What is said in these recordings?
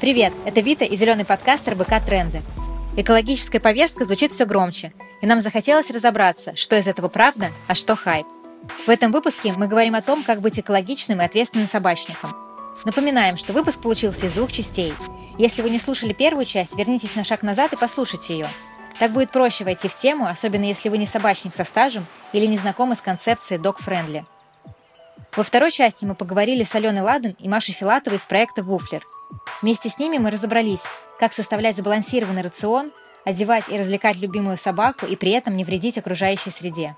Привет, это Вита и зеленый подкаст РБК «Тренды». Экологическая повестка звучит все громче, и нам захотелось разобраться, что из этого правда, а что хайп. В этом выпуске мы говорим о том, как быть экологичным и ответственным собачником. Напоминаем, что выпуск получился из 2 частей. Если вы не слушали первую часть, вернитесь на шаг назад и послушайте ее. Так будет проще войти в тему, особенно если вы не собачник со стажем или не знакомы с концепцией dog-friendly. Во второй части мы поговорили с Аленой Ладен и Машей Филатовой из проекта «Вуфлер». Вместе с ними мы разобрались, как составлять сбалансированный рацион, одевать и развлекать любимую собаку и при этом не вредить окружающей среде.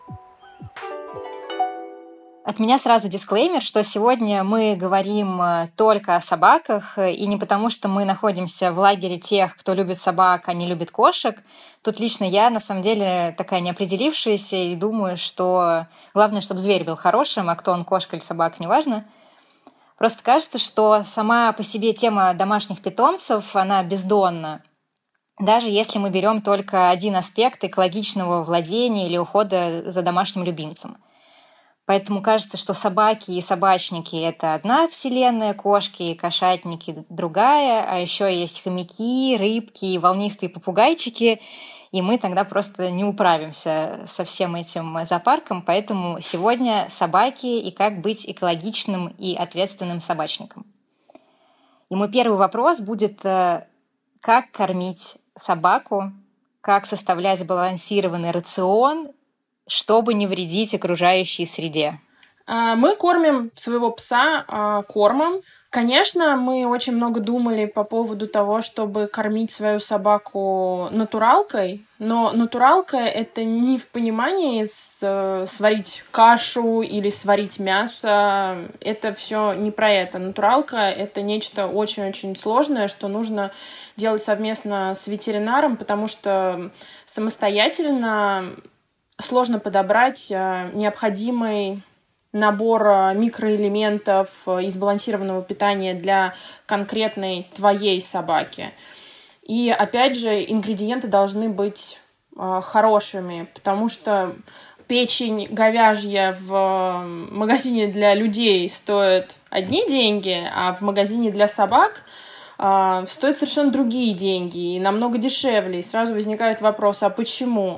От меня сразу дисклеймер, что сегодня мы говорим только о собаках, и не потому, что мы находимся в лагере тех, кто любит собак, а не любит кошек. Тут лично я, на самом деле, такая неопределившаяся, и думаю, что главное, чтобы зверь был хорошим, а кто он, кошка или собака, неважно. Просто кажется, что сама по себе тема домашних питомцев, она бездонна. Даже если мы берем только один аспект экологичного владения или ухода за домашним любимцем. Поэтому кажется, что собаки и собачники — это одна вселенная, кошки и кошатники — другая, а еще есть хомяки, рыбки и волнистые попугайчики, и мы тогда просто не управимся со всем этим зоопарком. Поэтому сегодня собаки и как быть экологичным и ответственным собачником. И мой первый вопрос будет: как кормить собаку, как составлять сбалансированный рацион, чтобы не вредить окружающей среде? Мы кормим своего пса кормом. Конечно, мы очень много думали по поводу того, чтобы кормить свою собаку натуралкой, но натуралка — это не в понимании сварить кашу или сварить мясо. Это все не про это. Натуралка — это нечто очень-очень сложное, что нужно делать совместно с ветеринаром, потому что самостоятельно сложно подобрать необходимый набор микроэлементов и сбалансированного питания для конкретной твоей собаки. И, опять же, ингредиенты должны быть хорошими, потому что печень говяжья в магазине для людей стоит одни деньги, а в магазине для собак стоят совершенно другие деньги и намного дешевле. И сразу возникает вопрос: а почему?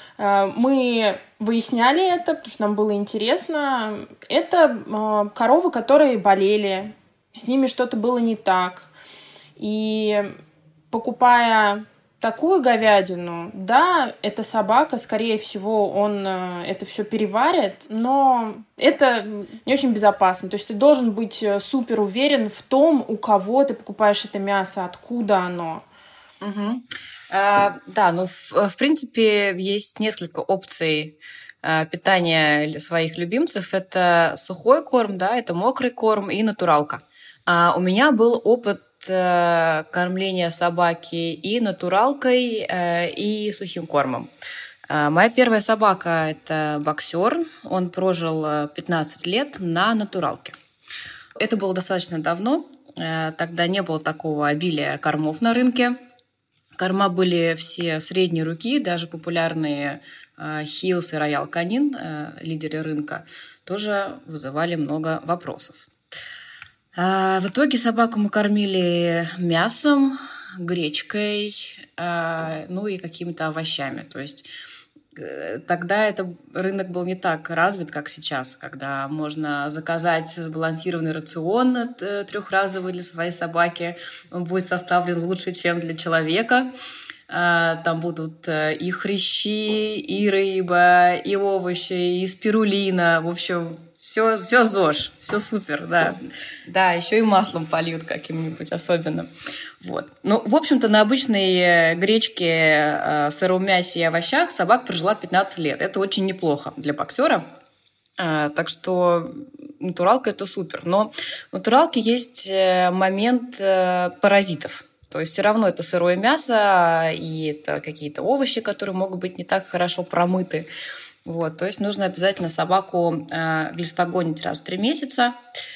Мы выясняли это, потому что нам было интересно. Это коровы, которые болели, с ними что-то было не так. И покупая такую говядину, да, эта собака, скорее всего, он это все переварит, но это не очень безопасно. То есть ты должен быть супер уверен в том, у кого ты покупаешь это мясо, откуда оно. Угу. Да, в принципе, есть несколько опций питания для своих любимцев. Это сухой корм, да, это мокрый корм и натуралка. У меня был опыт кормления собаки и натуралкой, и сухим кормом. Моя первая собака — это боксер. Он прожил 15 лет на натуралке. Это было достаточно давно. Тогда не было такого обилия кормов на рынке. Корма были все средней руки, даже популярные Хиллс и Роял Канин, лидеры рынка, тоже вызывали много вопросов. В итоге собаку мы кормили мясом, гречкой, и какими-то овощами. То есть тогда рынок был не так развит, как сейчас, когда можно заказать сбалансированный рацион трехразовый для своей собаки. Он будет составлен лучше, чем для человека. Там будут и хрящи, и рыба, и овощи, и спирулина. В общем, все ЗОЖ, все супер, да. Да, еще и маслом польют каким-нибудь особенным. Вот. В общем-то, на обычной гречке, сыром мясе и овощах собака прожила 15 лет. Это очень неплохо для боксера. Так что натуралка — это супер. Но в натуралке есть момент паразитов. То есть все равно это сырое мясо, и это какие-то овощи, которые могут быть не так хорошо промыты. Вот. То есть нужно обязательно собаку глистогонить раз в 3 месяца.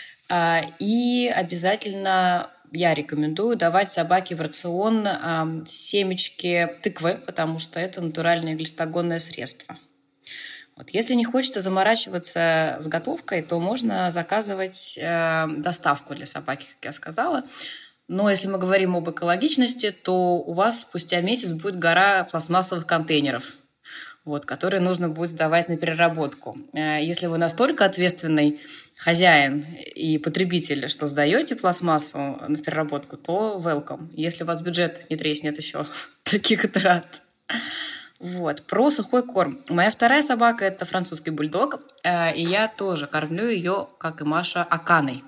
И обязательно я рекомендую давать собаке в рацион семечки тыквы, потому что это натуральное глистогонное средство. Вот. Если не хочется заморачиваться с готовкой, то можно заказывать доставку для собаки, как я сказала. Но если мы говорим об экологичности, то у вас спустя месяц будет гора пластмассовых контейнеров, которые нужно будет сдавать на переработку. Если вы настолько ответственный хозяин и потребитель, что сдаете пластмассу на переработку, то welcome. Если у вас бюджет не треснет еще таких трат. Про сухой корм. Моя вторая собака – это французский бульдог, и я тоже кормлю ее, как и Маша, аканой.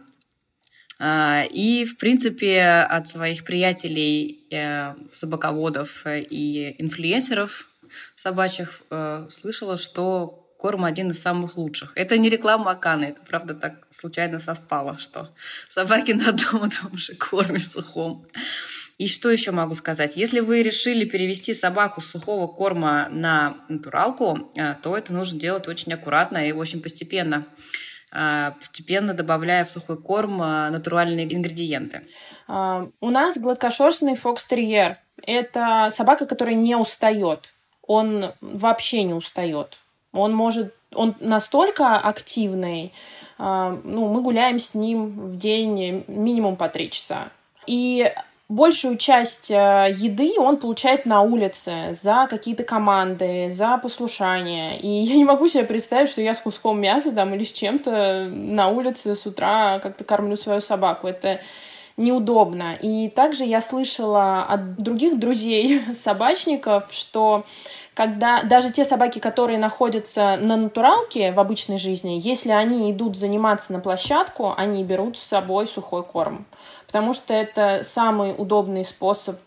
И, в принципе, от своих приятелей, собаководов и инфлюенсеров собачьих слышала, что корм один из самых лучших. Это не реклама аканы, это, правда, так случайно совпало, что собаки на одном и том же корме сухом. И что еще могу сказать? Если вы решили перевести собаку с сухого корма на натуралку, то это нужно делать очень аккуратно и очень постепенно добавляя в сухой корм натуральные ингредиенты. У нас гладкошерстный фокстерьер. Это собака, которая не устает. Он вообще не устает. Он настолько активный. Мы гуляем с ним в день минимум по 3 часа. И большую часть еды он получает на улице за какие-то команды, за послушание. И я не могу себе представить, что я с куском мяса или с чем-то на улице с утра как-то кормлю свою собаку. Это неудобно. И также я слышала от других друзей собачников, что когда даже те собаки, которые находятся на натуралке в обычной жизни, если они идут заниматься на площадку, они берут с собой сухой корм. Потому что это самый удобный способ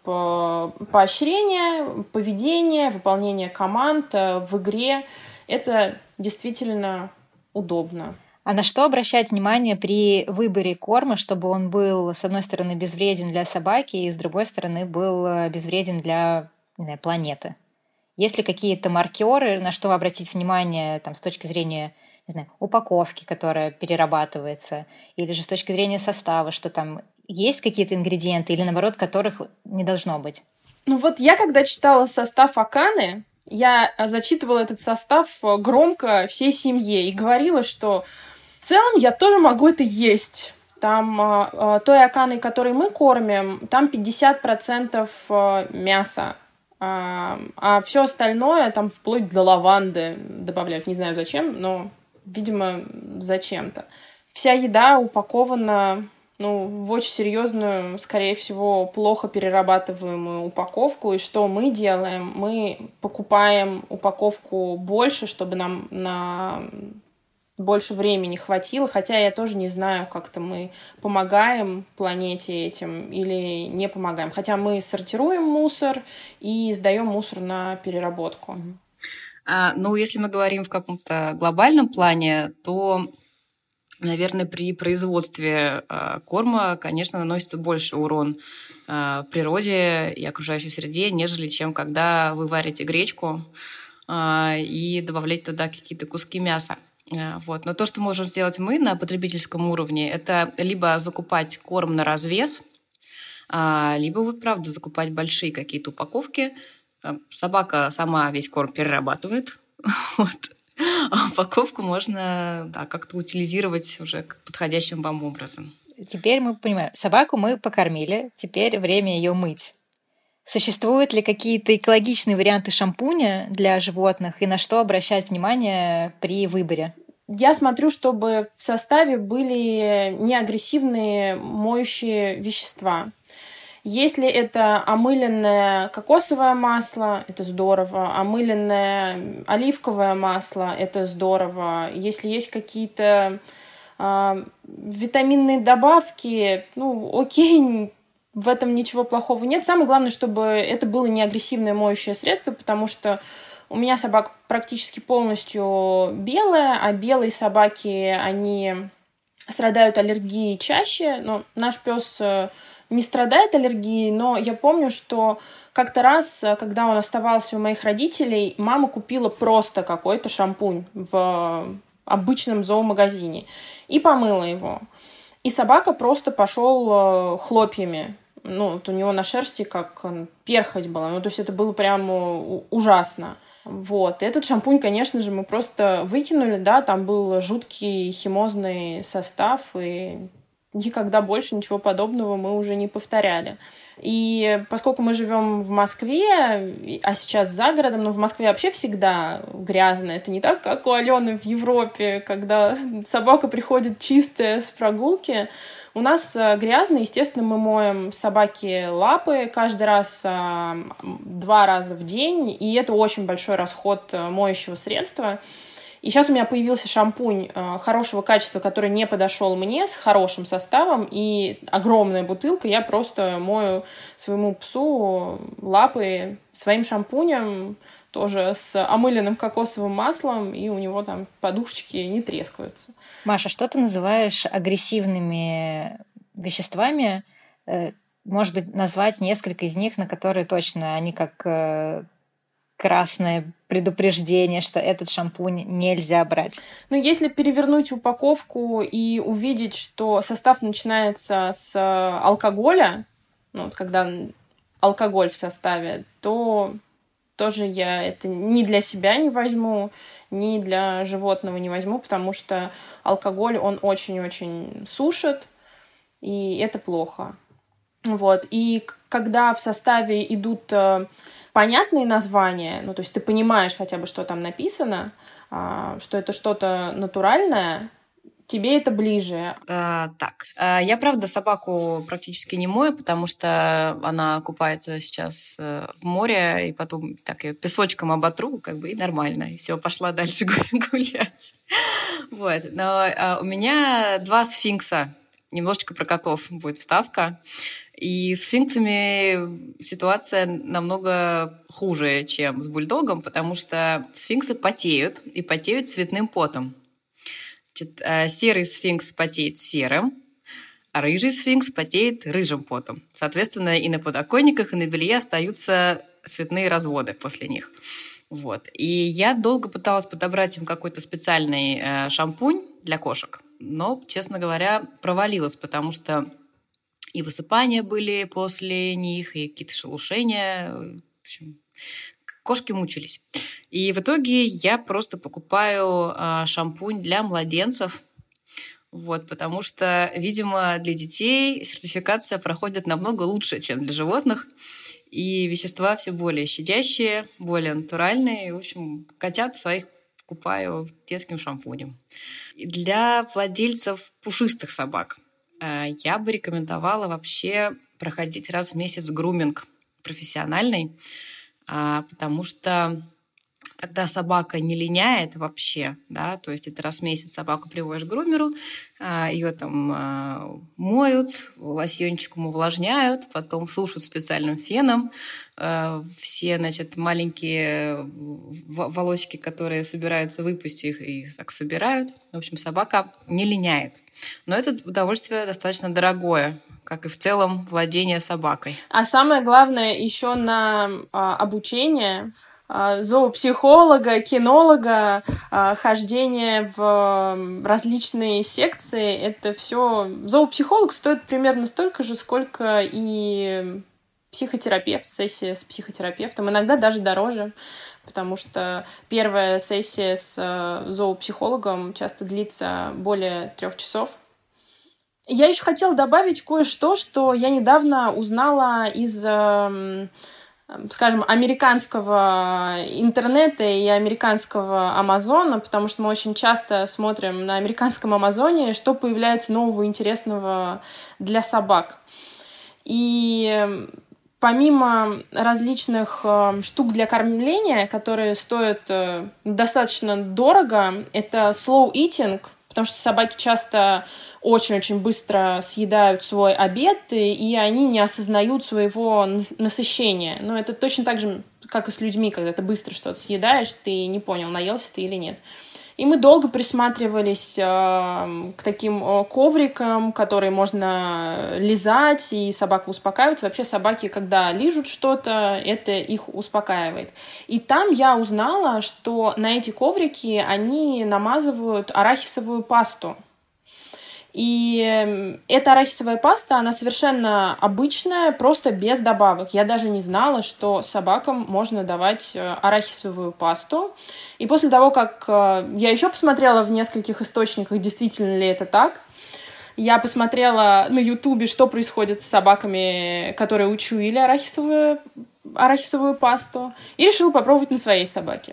поощрения, поведения, выполнения команд в игре. Это действительно удобно. А на что обращать внимание при выборе корма, чтобы он был, с одной стороны, безвреден для собаки, и с другой стороны, был безвреден для планеты? Есть ли какие-то маркеры, на что обратить внимание с точки зрения, упаковки, которая перерабатывается, или же с точки зрения состава, что там есть какие-то ингредиенты, или наоборот, которых не должно быть? Я когда читала состав аканы, я зачитывала этот состав громко всей семье и говорила, что в целом я тоже могу это есть. Там той аканой, которой мы кормим, там 50% мяса. А все остальное, там вплоть до лаванды добавляют. Не знаю зачем, но, видимо, зачем-то. Вся еда упакована в очень серьезную, скорее всего, плохо перерабатываемую упаковку. И что мы делаем? Мы покупаем упаковку больше, чтобы нам на больше времени хватило, хотя я тоже не знаю, как-то мы помогаем планете этим или не помогаем. Хотя мы сортируем мусор и сдаем мусор на переработку. Если мы говорим в каком-то глобальном плане, то, наверное, при производстве корма, конечно, наносится больше урон природе и окружающей среде, нежели чем когда вы варите гречку и добавляете туда какие-то куски мяса. Но то, что можем сделать мы на потребительском уровне, это либо закупать корм на развес, либо правда закупать большие какие-то упаковки. Собака сама весь корм перерабатывает, а упаковку можно как-то утилизировать уже подходящим вам образом. Теперь мы понимаем, собаку мы покормили, теперь время ее мыть. Существуют ли какие-то экологичные варианты шампуня для животных и на что обращать внимание при выборе? Я смотрю, чтобы в составе были неагрессивные моющие вещества. Если это омыленное кокосовое масло, это здорово. Омыленное оливковое масло, это здорово. Если есть какие-то витаминные добавки, окей, в этом ничего плохого нет. Самое главное, чтобы это было не агрессивное моющее средство, потому что у меня собака практически полностью белая, а белые собаки, они страдают аллергией чаще. Но наш пес не страдает аллергией, но я помню, что как-то раз, когда он оставался у моих родителей, мама купила просто какой-то шампунь в обычном зоомагазине и помыла его. И собака просто пошел хлопьями. У него на шерсти как перхоть была. То есть это было прямо ужасно. Этот шампунь, конечно же, мы просто выкинули, да, там был жуткий химозный состав, и никогда больше ничего подобного мы уже не повторяли. И поскольку мы живем в Москве, а сейчас за городом, но в Москве вообще всегда грязно. Это не так, как у Алены в Европе, когда собака приходит чистая с прогулки. У нас грязно, естественно, мы моем собаке лапы каждый раз 2 раза в день, и это очень большой расход моющего средства. И сейчас у меня появился шампунь хорошего качества, который не подошел мне, с хорошим составом, и огромная бутылка. Я просто мою своему псу лапы своим шампунем, тоже с омыленным кокосовым маслом, и у него там подушечки не трескаются. Маша, что ты называешь агрессивными веществами? Может быть, назвать несколько из них, на которые точно они как красное предупреждение, что этот шампунь нельзя брать. Ну, если перевернуть упаковку и увидеть, что состав начинается с алкоголя, ну, когда алкоголь в составе, то тоже я это ни для себя не возьму, ни для животного не возьму, потому что алкоголь, он очень-очень сушит, и это плохо. Вот. И когда в составе идут понятные названия, ну, то есть ты понимаешь хотя бы, что там написано, что это что-то натуральное, тебе это ближе. Я, правда, собаку практически не мою, потому что она купается сейчас в море, и потом так ее песочком оботру, как бы, и нормально, и все, пошла дальше гулять. Вот. Но у меня 2 сфинкса. Немножечко про котов будет вставка. И с сфинксами ситуация намного хуже, чем с бульдогом, потому что сфинксы потеют, и потеют цветным потом. Значит, серый сфинкс потеет серым, а рыжий сфинкс потеет рыжим потом. Соответственно, и на подоконниках, и на белье остаются цветные разводы после них. Вот. И я долго пыталась подобрать им какой-то специальный шампунь для кошек, но, честно говоря, провалилась, потому что и высыпания были после них, и какие-то шелушения. В общем, кошки мучились. И в итоге я просто покупаю шампунь для младенцев, вот, потому что, видимо, для детей сертификация проходит намного лучше, чем для животных, и вещества все более щадящие, более натуральные. В общем, котят своих покупаю детским шампунем. И для владельцев пушистых собак я бы рекомендовала вообще проходить раз в месяц груминг профессиональный, потому что тогда собака не линяет вообще, да, то есть это раз в месяц собаку приводишь к грумеру, ее там моют, лосьончиком увлажняют, потом сушат специальным феном, все, значит, маленькие волосики, которые собираются выпустить их, и так собирают. В общем, собака не линяет. Но это удовольствие достаточно дорогое, как и в целом владение собакой. А самое главное, еще на обучение зоопсихолога, кинолога, хождение в различные секции, это все. Зоопсихолог стоит примерно столько же, сколько и психотерапевт, сессия с психотерапевтом, иногда даже дороже, потому что первая сессия с зоопсихологом часто длится более 3 часов. Я еще хотела добавить кое-что, что я недавно узнала из, скажем, американского интернета и американского Амазона, потому что мы очень часто смотрим на американском Амазоне, что появляется нового интересного для собак. И помимо различных штук для кормления, которые стоят достаточно дорого, это slow eating, потому что собаки часто очень-очень быстро съедают свой обед, и они не осознают своего насыщения. Но это точно так же, как и с людьми, когда ты быстро что-то съедаешь, ты не понял, наелся ты или нет. И мы долго присматривались к таким коврикам, которые можно лизать, и собака успокаивается. Вообще собаки, когда лижут что-то, это их успокаивает. И там я узнала, что на эти коврики они намазывают арахисовую пасту. И эта арахисовая паста, она совершенно обычная, просто без добавок. Я даже не знала, что собакам можно давать арахисовую пасту. И после того, как я еще посмотрела в нескольких источниках, действительно ли это так, Я посмотрела на Ютубе, что происходит с собаками, которые учуяли арахисовую пасту, и решила попробовать на своей собаке.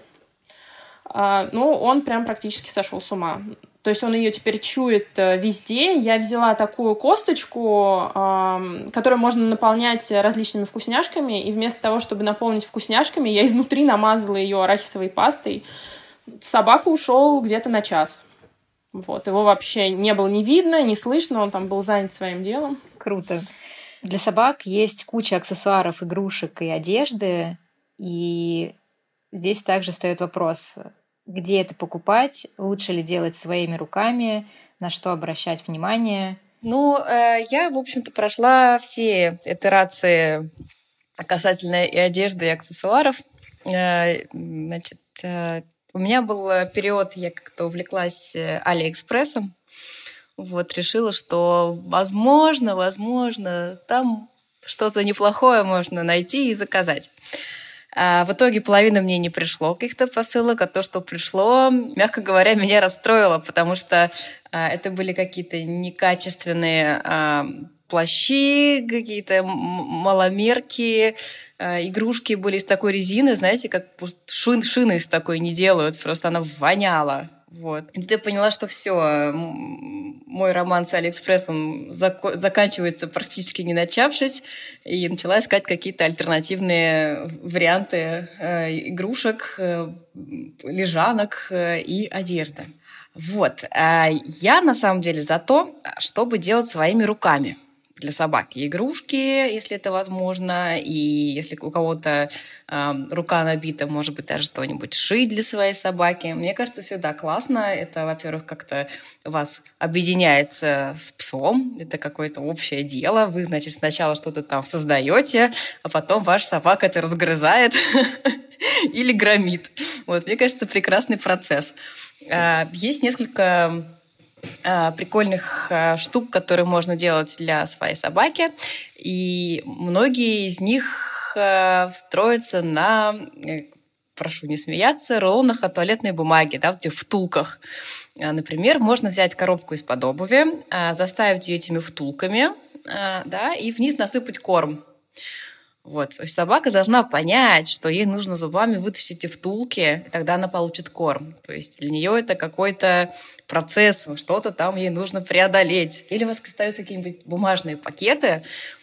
Он прям практически сошел с ума. То есть он ее теперь чует везде. Я взяла такую косточку, которую можно наполнять различными вкусняшками, и вместо того, чтобы наполнить вкусняшками, я изнутри намазала ее арахисовой пастой. Собака ушел где-то на час. Вот. Его вообще не было ни видно, ни слышно, он там был занят своим делом. Круто. Для собак есть куча аксессуаров, игрушек и одежды, и здесь также встает вопрос, где это покупать, лучше ли делать своими руками, на что обращать внимание. Я, в общем-то, прошла все итерации касательно и одежды, и аксессуаров. Значит, у меня был период, я как-то увлеклась Алиэкспрессом. Решила, что возможно, там что-то неплохое можно найти и заказать. В итоге половина мне не пришло каких-то посылок, а то, что пришло, мягко говоря, меня расстроило, потому что это были какие-то некачественные плащи, какие-то маломерки, игрушки были из такой резины, знаете, как шины из такой не делают, просто она воняла. И тут я поняла, что все, мой роман с Алиэкспрессом заканчивается практически не начавшись, и начала искать какие-то альтернативные варианты игрушек, лежанок и одежды. Я на самом деле за то, чтобы делать своими руками для собаки игрушки, если это возможно, и если у кого-то рука набита, может быть, даже что-нибудь шить для своей собаки. Мне кажется, всегда классно. Это, во-первых, как-то вас объединяет с псом. Это какое-то общее дело. Вы, значит, сначала что-то там создаете, а потом ваша собака это разгрызает или громит. Мне кажется, прекрасный процесс. Есть несколько прикольных штук, которые можно делать для своей собаки, и многие из них строятся на, прошу не смеяться, рулонах от туалетной бумаги, в этих втулках. Например, можно взять коробку из-под обуви, заставить ее этими втулками, и вниз насыпать корм. То есть собака должна понять, что ей нужно зубами вытащить эти втулки, и тогда она получит корм. То есть для нее это какой-то процесс, что-то там ей нужно преодолеть. Или у вас остаются какие-нибудь бумажные пакеты,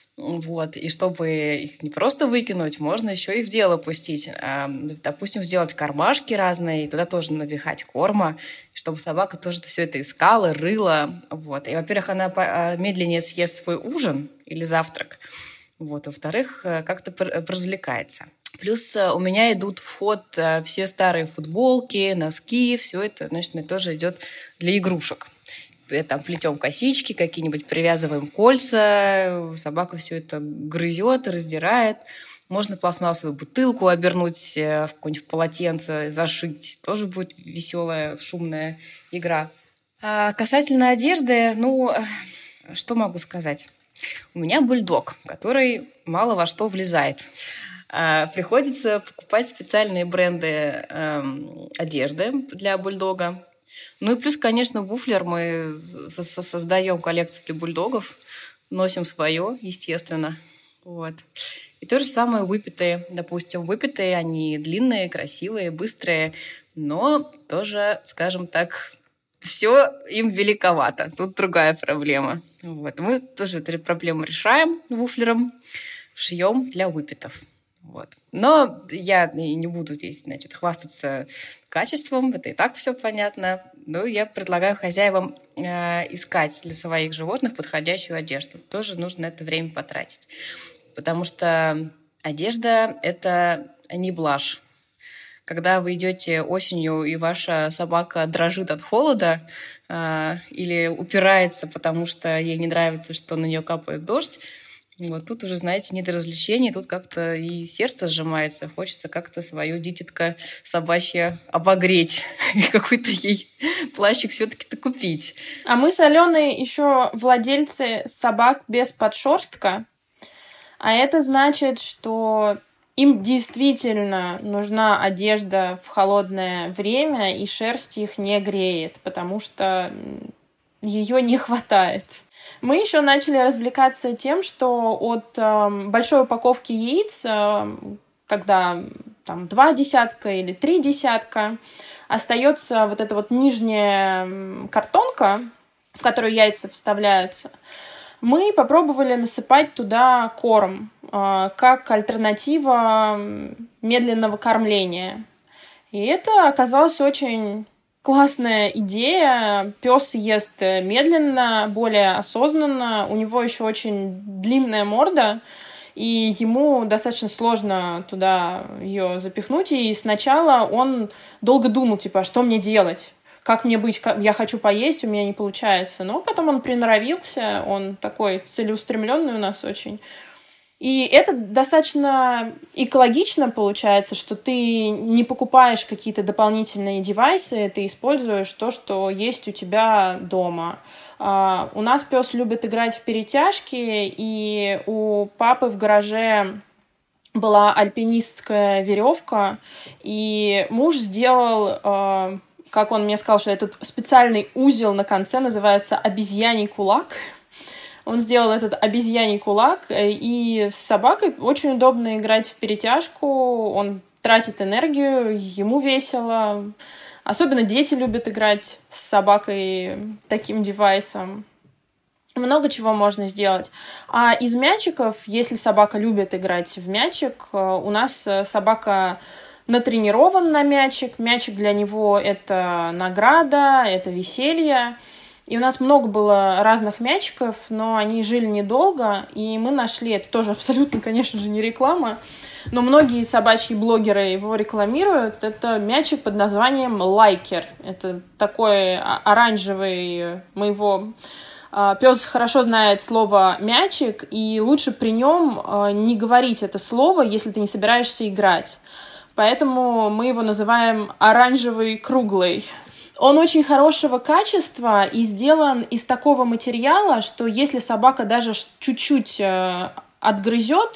и чтобы их не просто выкинуть, можно еще и в дело пустить. Допустим, сделать кармашки разные, и туда тоже напихать корма, чтобы собака тоже все это искала, рыла. И, во-первых, она медленнее съест свой ужин или завтрак, во-вторых, как-то развлекается. Плюс у меня идут в ход все старые футболки, носки, все это, значит, мне тоже идет для игрушек. Там плетем косички, какие-нибудь привязываем кольца, собака все это грызет, раздирает. Можно пластмассовую бутылку обернуть в какое-нибудь полотенце, зашить. Тоже будет веселая, шумная игра. Касательно одежды, что могу сказать? У меня бульдог, который мало во что влезает. Приходится покупать специальные бренды одежды для бульдога. И плюс, конечно, буфлер. Мы создаем коллекцию для бульдогов, носим свое, естественно. И то же самое выпитые. Допустим, выпитые, они длинные, красивые, быстрые, но тоже, скажем так, все им великовато. Тут другая проблема. Мы тоже эту проблему решаем буфлером, шьем для выпитов. Но я не буду здесь, хвастаться качеством, это и так все понятно. Но я предлагаю хозяевам искать для своих животных подходящую одежду. Тоже нужно на это время потратить. Потому что одежда – это не блажь. Когда вы идете осенью, и ваша собака дрожит от холода или упирается, потому что ей не нравится, что на нее капает дождь, тут уже, знаете, не до развлечений, тут как-то и сердце сжимается, хочется как-то свое дитятко собачье обогреть и какой-то ей плащик все-таки-то купить. А мы с Аленой еще владельцы собак без подшерстка, а это значит, что им действительно нужна одежда в холодное время, и шерсть их не греет, потому что ее не хватает. Мы еще начали развлекаться тем, что от большой упаковки яиц, когда там 2 десятка или 3 десятка, остается вот эта вот нижняя картонка, в которую яйца вставляются. Мы попробовали насыпать туда корм, как альтернатива медленного кормления. И это оказалось очень классная идея. Пес ест медленно, более осознанно. У него еще очень длинная морда, и ему достаточно сложно туда ее запихнуть. И сначала он долго думал, типа, что мне делать? Как мне быть? Я хочу поесть, у меня не получается. Но потом он приноровился, он такой целеустремленный у нас очень. И это достаточно экологично получается, что ты не покупаешь какие-то дополнительные девайсы, ты используешь то, что есть у тебя дома. У нас пес любит играть в перетяжки, и у папы в гараже была альпинистская веревка, и муж сделал, как он мне сказал, что этот специальный узел на конце называется обезьяний кулак. Он сделал этот обезьяний кулак, и с собакой очень удобно играть в перетяжку, он тратит энергию, ему весело. Особенно дети любят играть с собакой таким девайсом. Много чего можно сделать. А из мячиков, если собака любит играть в мячик, у нас собака натренирован на мячик. Мячик для него — это награда, это веселье. И у нас много было разных мячиков, но они жили недолго, и мы нашли, это тоже абсолютно, конечно же, не реклама, но многие собачьи блогеры его рекламируют. Это мячик под названием Лайкер. Это такой оранжевый, пес хорошо знает слово «мячик», и лучше при нем не говорить это слово, если ты не собираешься играть. Поэтому мы его называем оранжевый круглый. Он очень хорошего качества и сделан из такого материала, что если собака даже чуть-чуть отгрызет,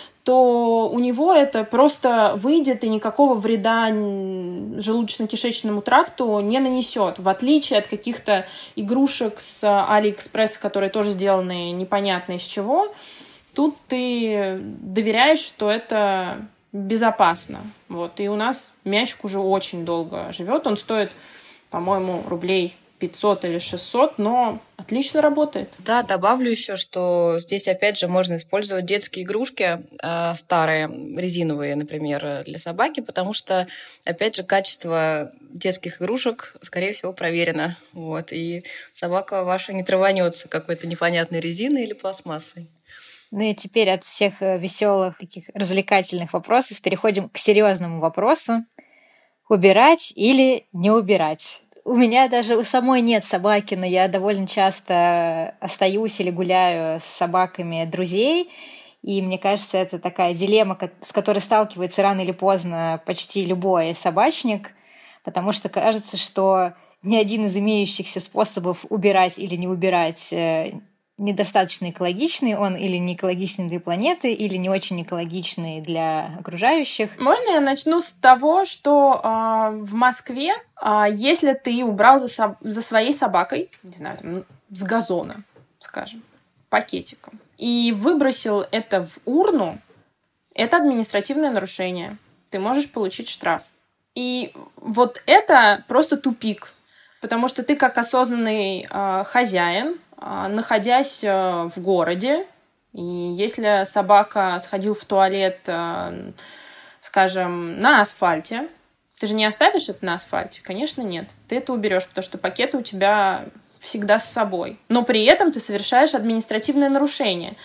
то у него это просто выйдет и никакого вреда желудочно-кишечному тракту не нанесет, в отличие от каких-то игрушек с Алиэкспресса, которые тоже сделаны непонятно из чего. Тут ты доверяешь, что это безопасно. Вот. И у нас мячик уже очень долго живет. Он стоит, по-моему, рублей 500 или 600, но отлично работает. Да, добавлю еще, что здесь, опять же, можно использовать детские игрушки, старые, резиновые, например, для собаки, потому что, опять же, качество детских игрушек, скорее всего, проверено. Вот, и собака ваша не траванется какой-то непонятной резиной или пластмассой. Ну и теперь от всех веселых, таких развлекательных вопросов переходим к серьезному вопросу. Убирать или не убирать? У меня даже у самой нет собаки, но я довольно часто остаюсь или гуляю с собаками друзей, и мне кажется, это такая дилемма, с которой сталкивается рано или поздно почти любой собачник, потому что кажется, что ни один из имеющихся способов убирать или не убирать недостаточно экологичный, он или не экологичный для планеты, или не очень экологичный для окружающих. Можно я начну с того, что в Москве, если ты убрал за своей собакой, не знаю, там, с газона, скажем, пакетиком, и выбросил это в урну, это административное нарушение. Ты можешь получить штраф. И вот это просто тупик, потому что ты как осознанный хозяин, находясь в городе, и если собака сходила в туалет, скажем, на асфальте, ты же не оставишь это на асфальте? Конечно, нет. Ты это уберешь, потому что пакеты у тебя всегда с собой. Но при этом ты совершаешь административное нарушение.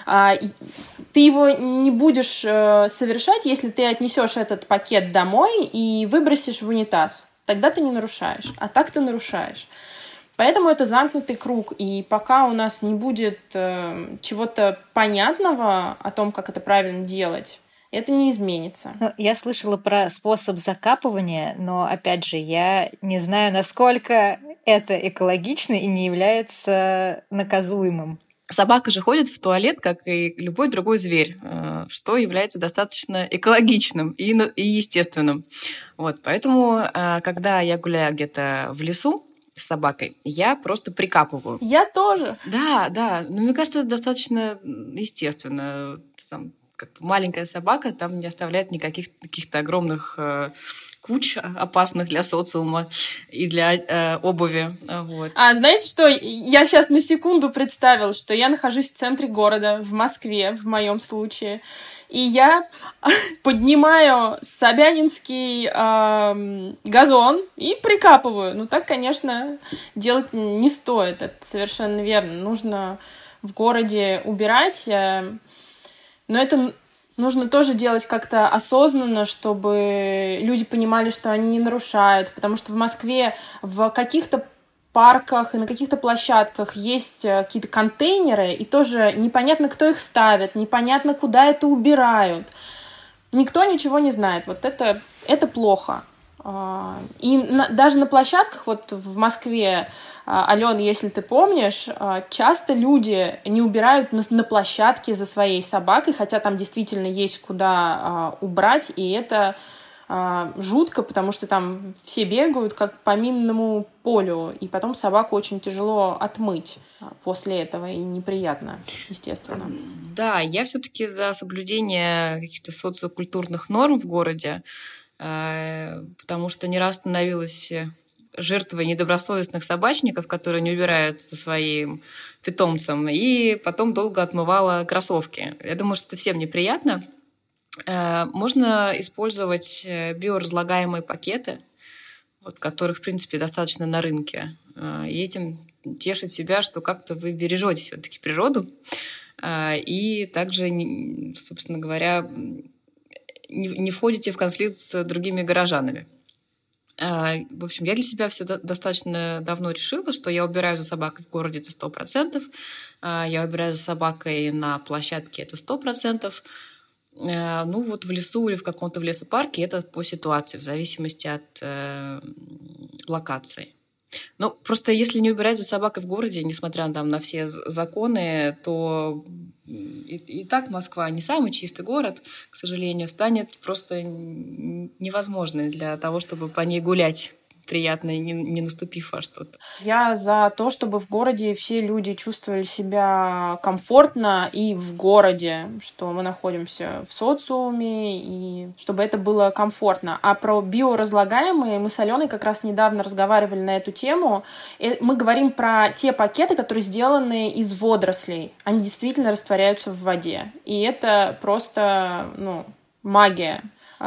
Ты его не будешь совершать, если ты отнесешь этот пакет домой и выбросишь в унитаз. Тогда ты не нарушаешь. А так ты нарушаешь. Поэтому это замкнутый круг, и пока у нас не будет чего-то понятного о том, как это правильно делать, это не изменится. Я слышала про способ закапывания, но, опять же, я не знаю, насколько это экологично и не является наказуемым. Собака же ходит в туалет, как и любой другой зверь, что является достаточно экологичным и естественным. Вот, поэтому, когда я гуляю где-то в лесу, с собакой, я просто прикапываю. Я тоже. Да. Но мне кажется, это достаточно естественно. Там, как бы маленькая собака там не оставляет никаких каких-то огромных куч, опасных для социума и для обуви. Вот. А знаете что? Я сейчас на секунду представила, что я нахожусь в центре города, в Москве, в моем случае, и я поднимаю собянинский газон и прикапываю. Ну, так, конечно, делать не стоит. Это совершенно верно. Нужно в городе убирать, но это нужно тоже делать как-то осознанно, чтобы люди понимали, что они не нарушают. Потому что в Москве в каких-то парках и на каких-то площадках есть какие-то контейнеры, и тоже непонятно, кто их ставит, непонятно, куда это убирают. Никто ничего не знает. Вот это плохо. И даже на площадках, вот в Москве, Алён, если ты помнишь, часто люди не убирают на площадке за своей собакой, хотя там действительно есть куда убрать, и это жутко, потому что там все бегают как по минному полю, и потом собаку очень тяжело отмыть после этого, и неприятно, естественно. Да, я все-таки за соблюдение каких-то социокультурных норм в городе, потому что не раз становилась жертвой недобросовестных собачников, которые не убирают за своим питомцем, и потом долго отмывала кроссовки. Я думаю, что это всем неприятно. Можно использовать биоразлагаемые пакеты, вот, которых, в принципе, достаточно на рынке. И этим тешить себя, что как-то вы бережете все-таки природу. И также, собственно говоря, не входите в конфликт с другими горожанами. В общем, я для себя все достаточно давно решила, что я убираю за собакой в городе, это 100%. Я убираю за собакой на площадке, это 100%. Ну вот в лесу или в каком-то лесопарке это по ситуации, в зависимости от локации. Ну, просто если не убирать за собакой в городе, несмотря там на все законы, то и так Москва не самый чистый город, к сожалению, станет просто невозможной для того, чтобы по ней гулять приятно, не наступив во что-то. Я за то, чтобы в городе все люди чувствовали себя комфортно и в городе, что мы находимся в социуме, и чтобы это было комфортно. А про биоразлагаемые мы с Аленой как раз недавно разговаривали на эту тему. Мы говорим про те пакеты, которые сделаны из водорослей. Они действительно растворяются в воде. И это просто, магия.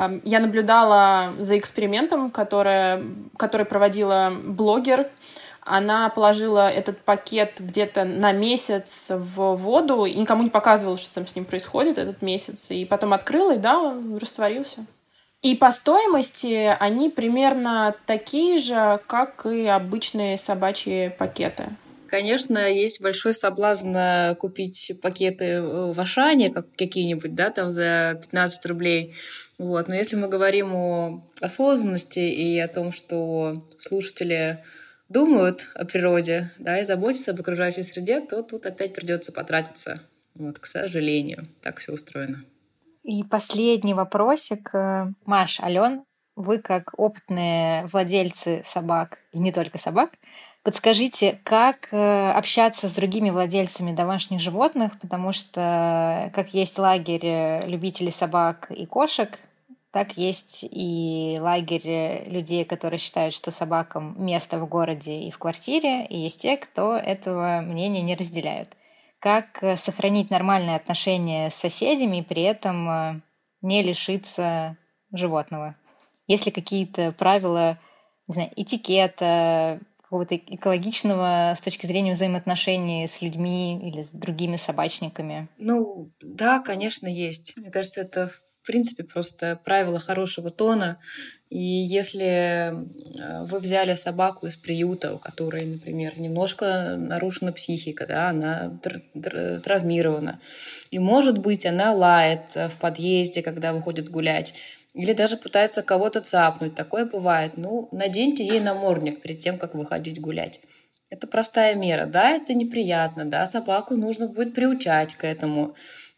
Я наблюдала за экспериментом, который проводила блогер. Она положила этот пакет где-то на месяц в воду и никому не показывала, что там с ним происходит этот месяц. И потом открыла, и да, он растворился. И по стоимости они примерно такие же, как и обычные собачьи пакеты. Конечно, есть большой соблазн купить пакеты в Ашане, как какие-нибудь, да, там за 15 рублей. Вот. Но если мы говорим о осознанности и о том, что слушатели думают о природе, да, и заботятся об окружающей среде, то тут опять придется потратиться. Вот, к сожалению, так все устроено. И последний вопросик. Маш, Ален, вы как опытные владельцы собак, и не только собак, подскажите, как общаться с другими владельцами домашних животных, потому что как есть лагерь любителей собак и кошек, так есть и лагерь людей, которые считают, что собакам место в городе и в квартире, и есть те, кто этого мнения не разделяют. Как сохранить нормальные отношения с соседями и при этом не лишиться животного? Есть ли какие-то правила, не знаю, этикета, какого-то экологичного с точки зрения взаимоотношений с людьми или с другими собачниками? Ну, да, конечно, есть. Мне кажется, это в принципе просто правило хорошего тона. И если вы взяли собаку из приюта, у которой, например, немножко нарушена психика, да, она травмирована, и, может быть, она лает в подъезде, когда выходит гулять, или даже пытается кого-то цапнуть. Такое бывает. Ну, наденьте ей намордник перед тем, как выходить гулять. Это простая мера. Да, это неприятно, да, собаку нужно будет приучать к этому.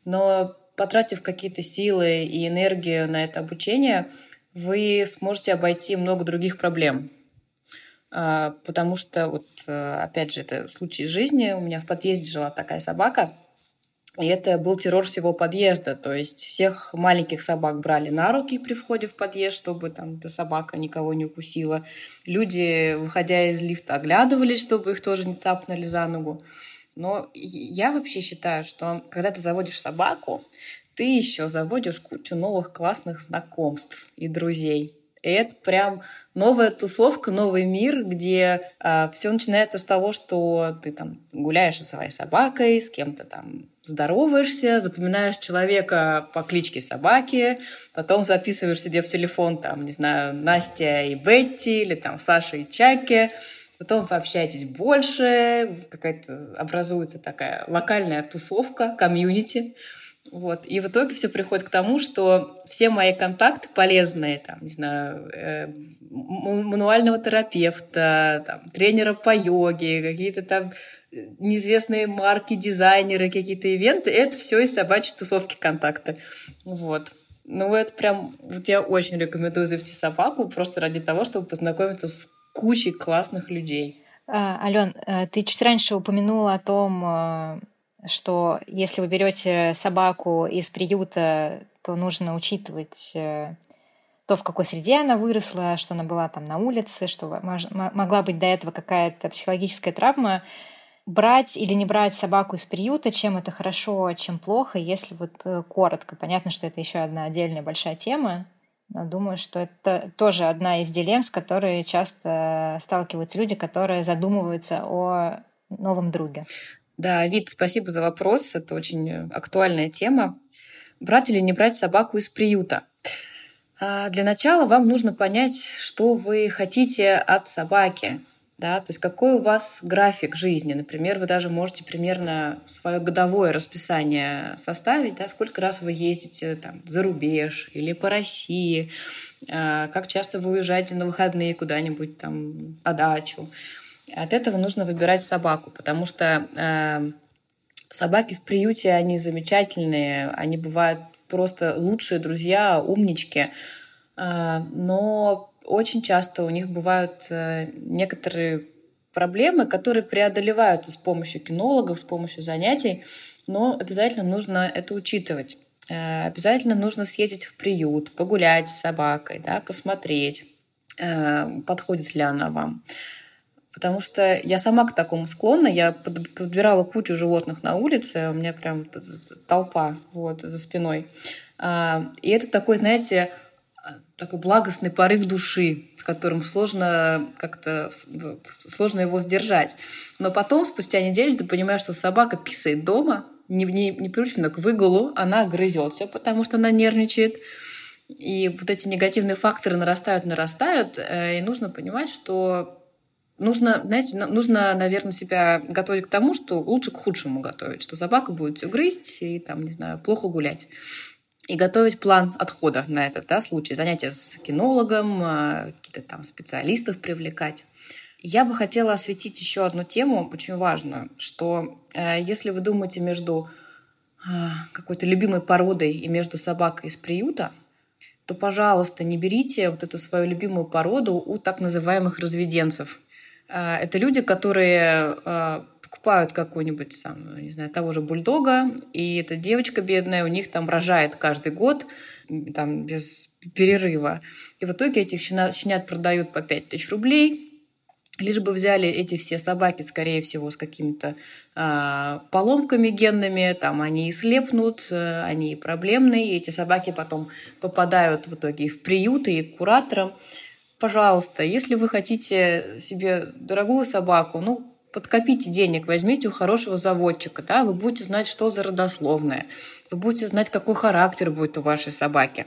Но потратив какие-то силы и энергию на это обучение, вы сможете обойти много других проблем. потому что, вот, опять же, это случай из жизни. У меня в подъезде жила такая собака, и это был террор всего подъезда. То есть всех маленьких собак брали на руки при входе в подъезд, чтобы там эта собака никого не укусила. Люди, выходя из лифта, оглядывались, чтобы их тоже не цапнули за ногу. Но я вообще считаю, что когда ты заводишь собаку, ты еще заводишь кучу новых классных знакомств и друзей. И это прям новая тусовка, новый мир, где все начинается с того, что ты там гуляешь со своей собакой, с кем-то там здороваешься, запоминаешь человека по кличке собаки, потом записываешь себе в телефон, там, не знаю, Настя и Бетти, или там Саша и Чаки, потом вы общаетесь больше, какая-то образуется такая локальная тусовка, комьюнити. Вот. И в итоге все приходит к тому, что все мои контакты полезные, там, не знаю, мануального терапевта, там, тренера по йоге, какие-то там неизвестные марки, дизайнеры, какие-то ивенты, это все из собачьей тусовки контакты. Вот. Ну, это прям... Вот я очень рекомендую завести собаку просто ради того, чтобы познакомиться с кучей классных людей. Алён, ты чуть раньше упомянула о том, что если вы берете собаку из приюта, то нужно учитывать то, в какой среде она выросла, что она была там на улице, что могла быть до этого какая-то психологическая травма. Брать или не брать собаку из приюта, чем это хорошо, чем плохо, если вот коротко. Понятно, что это еще одна отдельная большая тема, но думаю, что это тоже одна из дилемм, с которой часто сталкиваются люди, которые задумываются о новом друге. Да, Вит, спасибо за вопрос. Это очень актуальная тема. Брать или не брать собаку из приюта? Для начала вам нужно понять, что вы хотите от собаки. Да? То есть какой у вас график жизни. Например, вы даже можете примерно свое годовое расписание составить, да? Сколько раз вы ездите там, за рубеж или по России, как часто вы уезжаете на выходные куда-нибудь там на дачу. От этого нужно выбирать собаку, потому что собаки в приюте, они замечательные, они бывают просто лучшие друзья, умнички, но очень часто у них бывают некоторые проблемы, которые преодолеваются с помощью кинологов, с помощью занятий, но обязательно нужно это учитывать. Обязательно нужно съездить в приют, погулять с собакой, да, посмотреть, подходит ли она вам. Потому что я сама к такому склонна. Я подбирала кучу животных на улице, у меня прям толпа вот, за спиной. И это такой, знаете, такой благостный порыв души, с которым сложно его сдержать. Но потом, спустя неделю, ты понимаешь, что собака писает дома, не приучена к выгулу, она грызет все, потому что она нервничает. И вот эти негативные факторы нарастают, и нужно понимать, что нужно, наверное, себя готовить к тому, что лучше к худшему готовить, что собака будет все грызть и, там, не знаю, плохо гулять. И готовить план отхода на этот случай. Занятия с кинологом, какие-то там специалистов привлекать. Я бы хотела осветить еще одну тему, очень важную, что если вы думаете между какой-то любимой породой и между собакой из приюта, то, пожалуйста, не берите вот эту свою любимую породу у так называемых разведенцев. Это люди, которые покупают какой-нибудь, там, не знаю, того же бульдога, и эта девочка бедная у них там рожает каждый год там, без перерыва. И в итоге этих щенят продают по 5000 рублей. Лишь бы взяли эти все собаки, скорее всего, с какими-то поломками генными, там они и слепнут, они и проблемные, и эти собаки потом попадают в итоге и в приюты, и к кураторам. Пожалуйста, если вы хотите себе дорогую собаку, подкопите денег, возьмите у хорошего заводчика, да, вы будете знать, что за родословное, вы будете знать, какой характер будет у вашей собаки.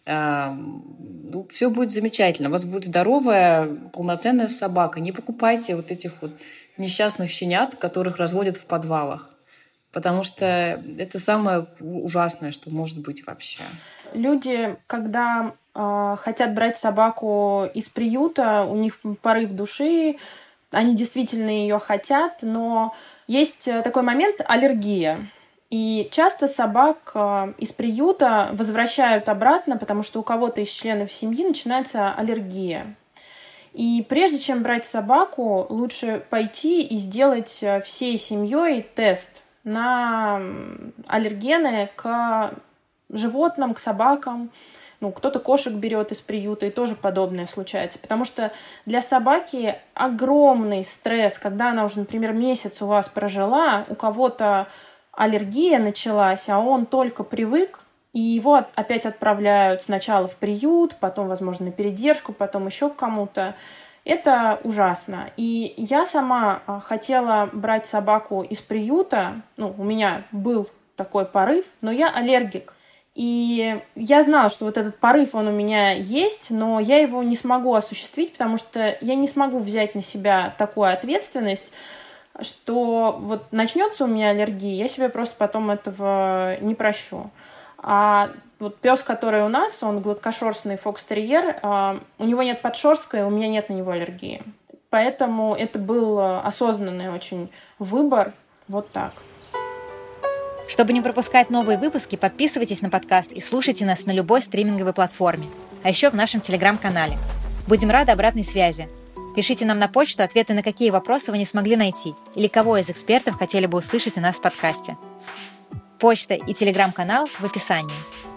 Все будет замечательно, у вас будет здоровая, полноценная собака. Не покупайте вот этих вот несчастных щенят, которых разводят в подвалах, потому что это самое ужасное, что может быть вообще. Люди, когда хотят брать собаку из приюта, у них порыв души, они действительно ее хотят, но есть такой момент — аллергия. И часто собак из приюта возвращают обратно, потому что у кого-то из членов семьи начинается аллергия. И прежде чем брать собаку, лучше пойти и сделать всей семьей тест на аллергены к животным, к собакам. Кто-то кошек берет из приюта, и тоже подобное случается. Потому что для собаки огромный стресс, когда она уже, например, месяц у вас прожила, у кого-то аллергия началась, а он только привык, и его опять отправляют сначала в приют, потом, возможно, на передержку, потом еще к кому-то. Это ужасно. И я сама хотела брать собаку из приюта. У меня был такой порыв, но я аллергик. И я знала, что вот этот порыв, он у меня есть, но я его не смогу осуществить, потому что я не смогу взять на себя такую ответственность, что вот начнется у меня аллергия, я себе просто потом этого не прощу. А вот пес, который у нас, он гладкошерстный фокстерьер, у него нет подшерстка, и у меня нет на него аллергии. Поэтому это был осознанный очень выбор. Вот так. Чтобы не пропускать новые выпуски, подписывайтесь на подкаст и слушайте нас на любой стриминговой платформе. А еще в нашем телеграм-канале. Будем рады обратной связи. Пишите нам на почту ответы, на какие вопросы вы не смогли найти, или кого из экспертов хотели бы услышать у нас в подкасте. Почта и телеграм-канал в описании.